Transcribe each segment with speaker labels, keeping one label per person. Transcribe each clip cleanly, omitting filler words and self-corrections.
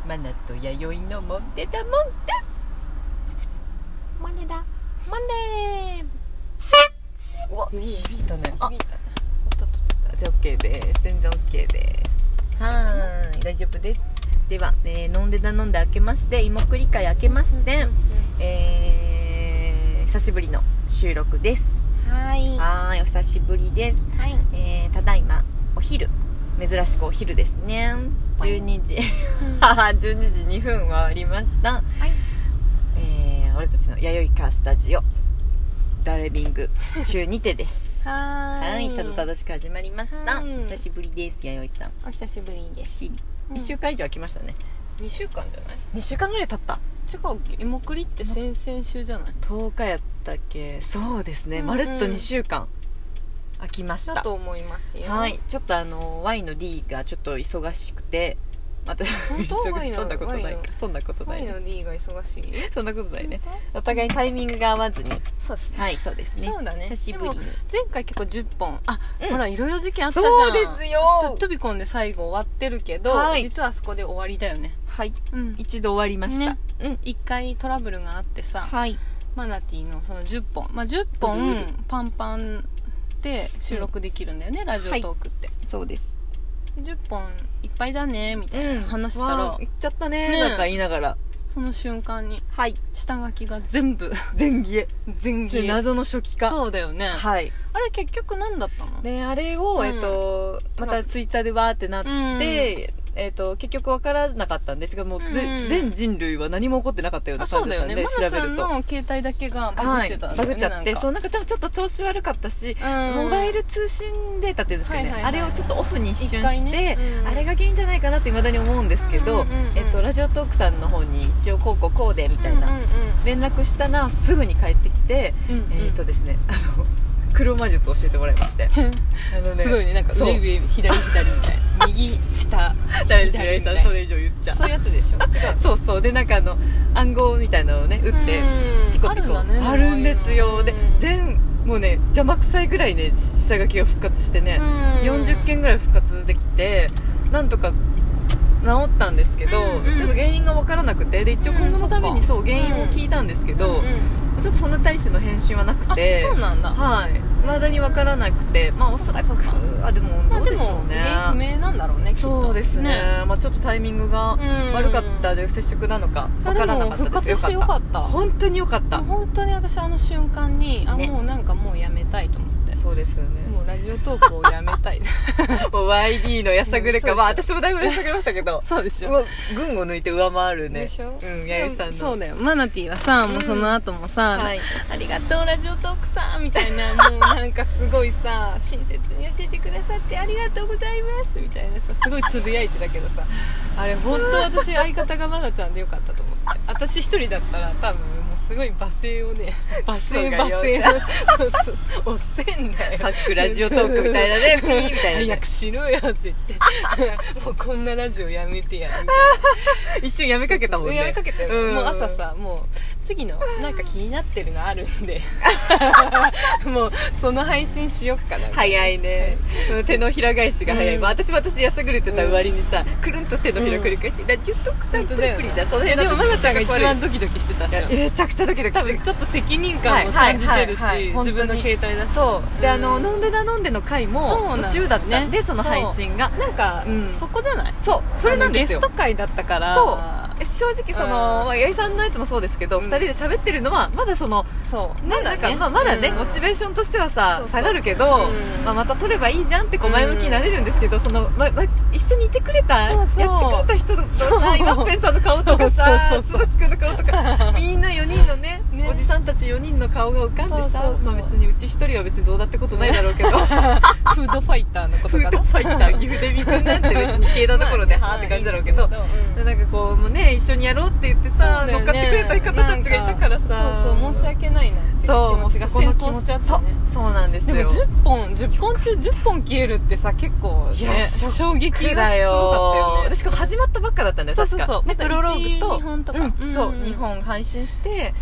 Speaker 1: マナと弥生のモンデダモンデ
Speaker 2: モンデダモンデ
Speaker 1: うわ、響いたね。
Speaker 2: あ
Speaker 1: じゃあ OK です。全然 OK です。はーい、大丈夫です。では、飲んでだ飲んで明けまして、芋栗会明けまして、久しぶりの収録です。
Speaker 2: はい、
Speaker 1: お久しぶりです。
Speaker 2: はい、
Speaker 1: ただいまお昼、珍しくお昼ですね。12時12時2分回りました。はい、俺たちの弥生川スタジオラレビング中にてです。はい、たどたどしく始まりました。久しぶりです、弥生さん。
Speaker 2: お久しぶりです。
Speaker 1: 1週間以上空きましたね。
Speaker 2: 2週間じゃない
Speaker 1: ？2週間ぐらい経った。
Speaker 2: 違うっけ？芋栗って先々週じゃない？
Speaker 1: 10日やったっけ？そうですね、まるっと2週間空きました。
Speaker 2: だと思いますよ。
Speaker 1: はい、ちょっとY の D がちょっと忙しくて、またそんなことないか。そんなことない。
Speaker 2: Y の D が忙しい？
Speaker 1: そんなことないね。お互いにタイミングが合わずに。
Speaker 2: そうですね。
Speaker 1: はい、そうですね。
Speaker 2: そうだね。
Speaker 1: 久しぶりに。
Speaker 2: でも前回結構10本。ほらいろいろ事件あったじゃん。
Speaker 1: そうですよ。
Speaker 2: 飛び込んで最後終わってるけど、
Speaker 1: はい、
Speaker 2: 実はあそこで終わりだよね。
Speaker 1: はい、一度終わりました。
Speaker 2: 一回トラブルがあってさ、
Speaker 1: はい、
Speaker 2: マナティのその10本、10本パンパンで収録できるんだよね、ラジオトークって。
Speaker 1: そうです。
Speaker 2: 10本いっぱいだねみたいな話したら、
Speaker 1: 言っちゃったねなんか言いながら、
Speaker 2: その瞬間に、下書きが全部
Speaker 1: 全消え謎の初期化。
Speaker 2: そうだよね。
Speaker 1: はい、
Speaker 2: あれ結局何だったの
Speaker 1: ね。あれを、またツイッターでわーってなって、結局分からなかったんですが、もう、全人類は何も起こってなかったような感じだったんで、調べると。
Speaker 2: マナちゃんの携帯だけがバグってたんだよね。
Speaker 1: バグっちゃって、そう、なんか多分ちょっと調子悪かったし、モバイル通信データっていうんですかね、あれをちょっとオフに一瞬して、あれが原因じゃないかなって未だに思うんですけど、ラジオトークさんの方に一応こうでみたいな連絡したら、すぐに帰ってきて、ですね、黒魔術を教えてもらいまして、
Speaker 2: すごいね、なんか上左みたいな、右下
Speaker 1: ダメですよ、八重さん、それ以上言っちゃ
Speaker 2: そういうやつでしょ。違う
Speaker 1: そうで、なんか暗号みたいなのをね打ってピコピコあるんですよ。でもうね、邪魔くさいぐらいね、下書きが復活してね、40件ぐらい復活できて、なんとか治ったんですけど、ちょっと原因が分からなくて、で一応今後のために原因を聞いたんですけど、ちょっとその対しての返信はなくて、
Speaker 2: そうなんだ。
Speaker 1: はい、未だに分からなくて、おそらくでもどうでしょうね。
Speaker 2: 原因不明なんだろうね、きっと。
Speaker 1: そうですね。ちょっとタイミングが悪かったで、接触なのか分からなかったです。
Speaker 2: 復活してよかった。
Speaker 1: 本当によかった。
Speaker 2: 本当に私あの瞬間に、もうなんかもうやめたいと思って。
Speaker 1: そうですよね。
Speaker 2: もうラジオトークをやめたい。
Speaker 1: もう YD のやさぐれか、私もだいぶやさぐれましたけど、
Speaker 2: そうでしょ。
Speaker 1: 群を抜いて上回るね。
Speaker 2: でしょ。
Speaker 1: 弥生さんの。
Speaker 2: そうだよ。マナティはさ、もうその後もさ、ありがとうラジオトークさんみたいな、もうなんかすごいさ、親切に教えてくださってありがとうございますみたいなさ、すごいつぶやいてたけどさ、あれ本当私相方がマナちゃんでよかったと思って。私一人だったら多分もうすごい罵声をね、罵声のおっせんだよ。
Speaker 1: ハックラジオトークみたいなね、ピーみたいな、
Speaker 2: 早くしろよって言って、もうこんなラジオやめてやみたいな。
Speaker 1: 一瞬やめかけたもんね。
Speaker 2: やめかけたよ。もう朝さ、もう次のなんか気になってるのあるんでもうその配信しよっかな。
Speaker 1: 早いね、手のひら返しが早い。私でやさぐれてた割にさ、くるんと手のひら繰り返して、ラジオトークさんプリプリだ。その辺
Speaker 2: でもマナちゃんが一番ドキドキしてたっしょ。
Speaker 1: めちゃくちゃドキドキ。
Speaker 2: 多分ちょっと責任感も感じてるし、自分の携帯だし。
Speaker 1: そうで、飲んでだ飲んでの回も途中だったんで、その配信が
Speaker 2: なんかそこじゃない？
Speaker 1: それなんですよ。
Speaker 2: ゲスト回だったから。
Speaker 1: そう正直その八重さんのやつもそうですけど、2人で喋ってるのはまだそのなんかまだね、モチベーションとしてはさ下がるけど、また撮ればいいじゃんって前向きになれるんですけど、その一緒にいてくれた、やってくれた人とさ、今っぺんさんの顔とかさ、椿君の顔とか、みんな4人のね、おじさんたち4人の顔が浮かんでさ、別にうち1人は別にどうだってことないだろうけど、フ
Speaker 2: ードファイターのことかな。
Speaker 1: フードファイター、岐阜デビ君なんて別に消えたところではーって感じだろうけど、なんかこうね、一緒にやろうって言ってさ、乗っかってくれた方たちがいたからさ、
Speaker 2: そう申し訳ないなっていう気持ちが先行しちゃったね。
Speaker 1: そうなんですよ。
Speaker 2: でも10本中10本消えるってさ、結構ね、衝撃がすごかったよね。
Speaker 1: しかも始まったばっかだったんだよ。
Speaker 2: そう
Speaker 1: プロローグと
Speaker 2: 2本とか、
Speaker 1: そう2本配信して、
Speaker 2: そうすぐ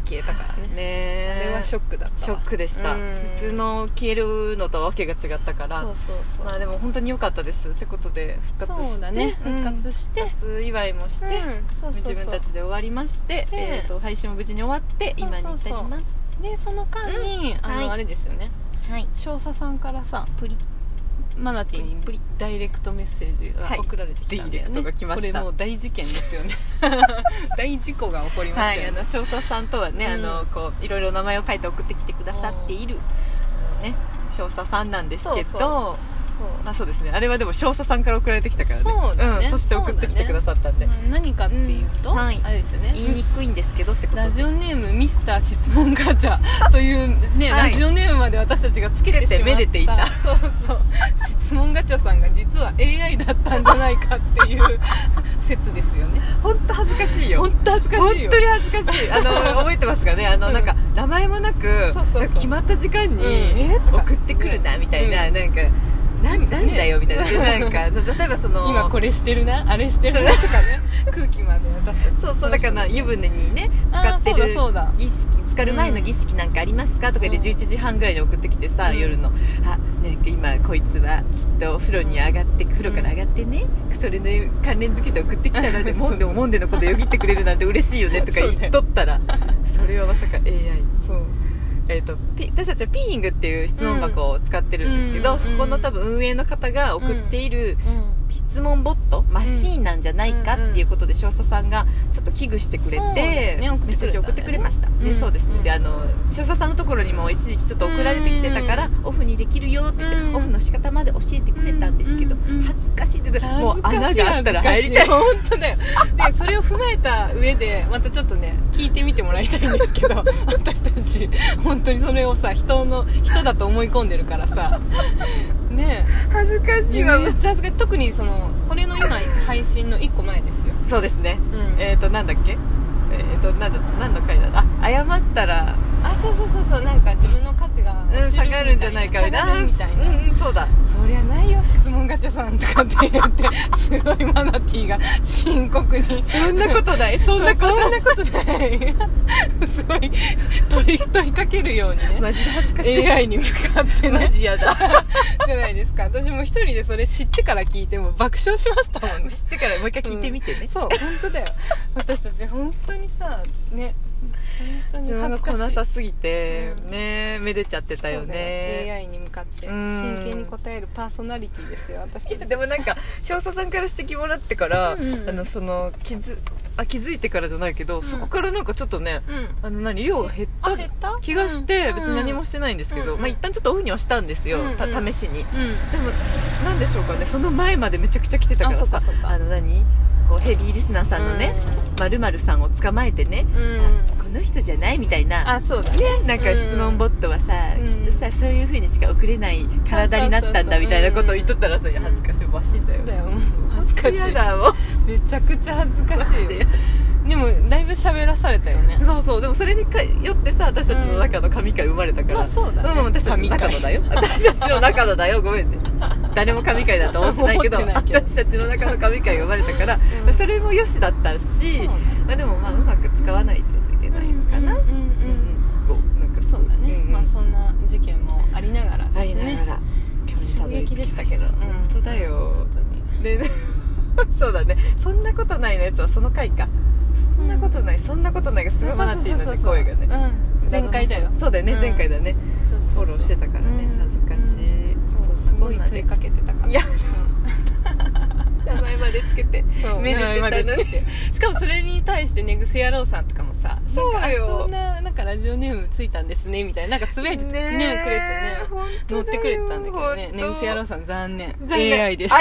Speaker 2: 消えたからね。あれはショックだったわ。
Speaker 1: ショックでした。普通の消えるのとはわけが違ったから。そうまあでも本当に良かったですってことで復活して、そうだね、復活祝いもして、自分たちで終わりまして、配信も無事に終わって今に至ります。
Speaker 2: でその間に、あれですよね、少佐さんからさマナティにダイレクトメッセージが送られてきたんだよね。これもう大事件ですよね。大事故が起こりましたよね。
Speaker 1: 少佐さんとはね、こういろいろ名前を書いて送ってきてくださっているね少佐さんなんですけど、まあそうですね、あれはでも少佐さんから送られてきたからね。そうだね、として送ってきてくださったんで、
Speaker 2: 何かっていうと、あれですよね、
Speaker 1: 言いにくいんですけどってことで、
Speaker 2: ラジオネームミスター質問ガチャというね、ラジオネームまで私たちがつけてしまった、
Speaker 1: めでていた、
Speaker 2: そう質問ガチャさんが実は AI だったんじゃないかっていう説ですよね。
Speaker 1: 本当恥ずかしいよ。
Speaker 2: 本当恥ずかしいよ。
Speaker 1: 本当に恥ずかしい。覚えてますかね、なんか名前もなく決まった時間に送ってくるなみたいな、なんかなんだよみたいな、なんか例えばその
Speaker 2: 今これしてるなあれしてるなとかね、空気まで私たち
Speaker 1: そうだから湯船にね使ってる儀式、浸かる前の儀式なんかありますかとかで11時半ぐらいに送ってきてさ、夜のなんか今こいつはきっと風呂から上がってね、それの関連付けて送ってきたのでモンデのことよぎってくれるなんて嬉しいよねとか言っとったら、それはまさか AI。 そう私たちはピーイングっていう質問箱を使ってるんですけど、そこの多分運営の方が送っている質問ボット、マシーンなんじゃないかっていうことで少佐さんがちょっと危惧してくれて、メッセージを送ってくれました。でそうですね、で少佐さんのところにも一時期ちょっと送られてきてたから、オフにできるよって言って、オフの仕方まで教えてくれたんですけど、恥ずかしいって言って、もう穴があったら入りたい。
Speaker 2: 本当だよ。でそれを踏まえた上でまたちょっとね聞いてみてもらいたいんですけど、私たち本当にそれをさ人だと思い込んでるからさね、
Speaker 1: 恥ずかしいわ。
Speaker 2: めっちゃ恥ずかしい。特にこれの今配信の1個前ですよ。
Speaker 1: そうですね、なんだっけ、何の回だ、謝ったら
Speaker 2: そうなんか自分の価値が
Speaker 1: 下がるんじゃないかみたいな、そうだ、
Speaker 2: そりゃないよ質問ガチャさんとかって言ってすごいマナティーが深刻に、
Speaker 1: そんなことないそんなことない
Speaker 2: すごい問いかけるようにね、
Speaker 1: マジで恥ずかしい
Speaker 2: AI に向かってね、
Speaker 1: マジやだ
Speaker 2: じゃないですか。私も一人でそれ知ってから聞いても爆笑しましたもんね。
Speaker 1: 知ってからもう一回聞いてみてね、
Speaker 2: そう本当だよ。私たち本当にさね、
Speaker 1: 本当に恥ずかしい、こなさすぎて、ねめでちゃってたよね。
Speaker 2: AI に向かって真剣に答えるパーソナリティですよ私たち。
Speaker 1: でもなんか少佐さんから指摘もらってから、気づいてからじゃないけど、そこからなんかちょっとね、量が減った気がして、別に何もしてないんですけど、一旦ちょっとオフにはしたんですよ、試しに。でもなんでしょうかね、その前までめちゃくちゃ来てたからさ、ヘビーリスナーさんのね、〇〇さんを捕まえてね、この人じゃないみたいな、
Speaker 2: そうだね、
Speaker 1: なんか質問ボットはさ、きっとさそういう風にしか送れない体になったんだみたいなことを言っとったらさ、恥ずかしいおかしいんだよ。
Speaker 2: 恥ずかしい。
Speaker 1: 嫌だもん。
Speaker 2: めちゃくちゃ恥ずかしいよ。でもだいぶ喋らされたよね。
Speaker 1: そうでもそれによってさ、私たちの中の神回生まれたから、
Speaker 2: そうだね、
Speaker 1: 私たちの中のだよ、私たちの中のだよ、ごめんね、誰も神回だと思ってないけど私たちの中の神回が生まれたから、それもよしだったし、でもうまく使わないといけないのかな。
Speaker 2: そうだね、そんな事件もありながらですね、衝撃でしたけど、
Speaker 1: 本当だよ。でそうだね、そんなことないのやつはその回か、そんなことないがすごいマナティーの声がね、
Speaker 2: 前回だよ。
Speaker 1: そうだよね、前回だね、フォローしてたからね、恥ずかしい。
Speaker 2: すごい問いかけてたから、いや
Speaker 1: 名前までつけて
Speaker 2: 名前までつけて、しかもそれに対して寝癖野郎さんとかもさ、そんななんかラジオネームついたんですねみたいな、なんかつぶやいてくれてね、乗ってくれてたんだけどね、寝癖野郎さん残念 AI でした。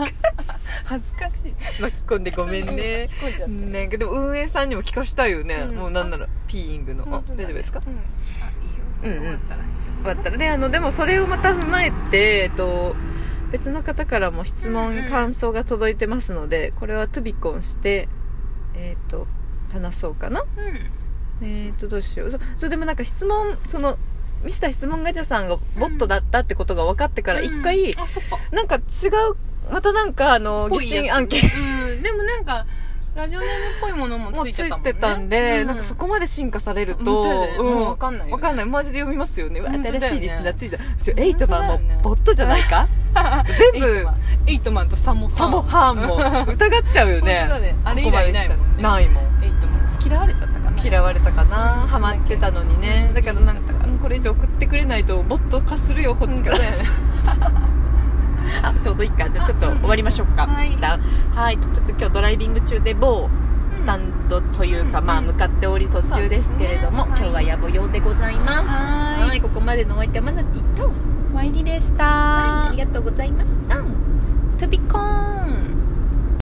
Speaker 2: 恥ずかしい。
Speaker 1: 巻き込んでごめんね。なんかでも運営さんにも聞かしたいよね、もうなんならピーイングの、大丈夫ですか？いいよ、終わったらでもそれをまた踏まえて、別の方からも質問、感想が届いてますので、これはトゥビコンして話そうかな。どうしよう。それでもなんか質問、ミスター質問ガチャさんがボットだったってことが分かってから一回、なんか違う、またなんか疑心暗鬼、
Speaker 2: でもなんかラジオネームっぽいものもついてたもんね。
Speaker 1: ついてたんで、なんかそこまで進化されると、
Speaker 2: 分かんないよね。
Speaker 1: 分かんない。マジで読みますよね。新しいリスナーついた。エイトマンもボットじゃないか。全部
Speaker 2: エイトマンとサモ
Speaker 1: ハンも疑っちゃうよね。
Speaker 2: あれ以来ないもんね。
Speaker 1: ないもん。
Speaker 2: エイトマン嫌われちゃったかな。
Speaker 1: 嫌われたかな。ハマってたのにね。だからなんかこれ以上送ってくれないとボット化するよこっちから。ちょうどいいか。じゃあちょっと終わりましょうか。はい。ちょっと今日ドライビング中で某スタンドというか、向かっており途中ですけれども、今日は野暮用でございます。はい。ここまでのお相手はマナティと
Speaker 2: ワイリでした。
Speaker 1: ありがとうございました。
Speaker 2: トビコーン。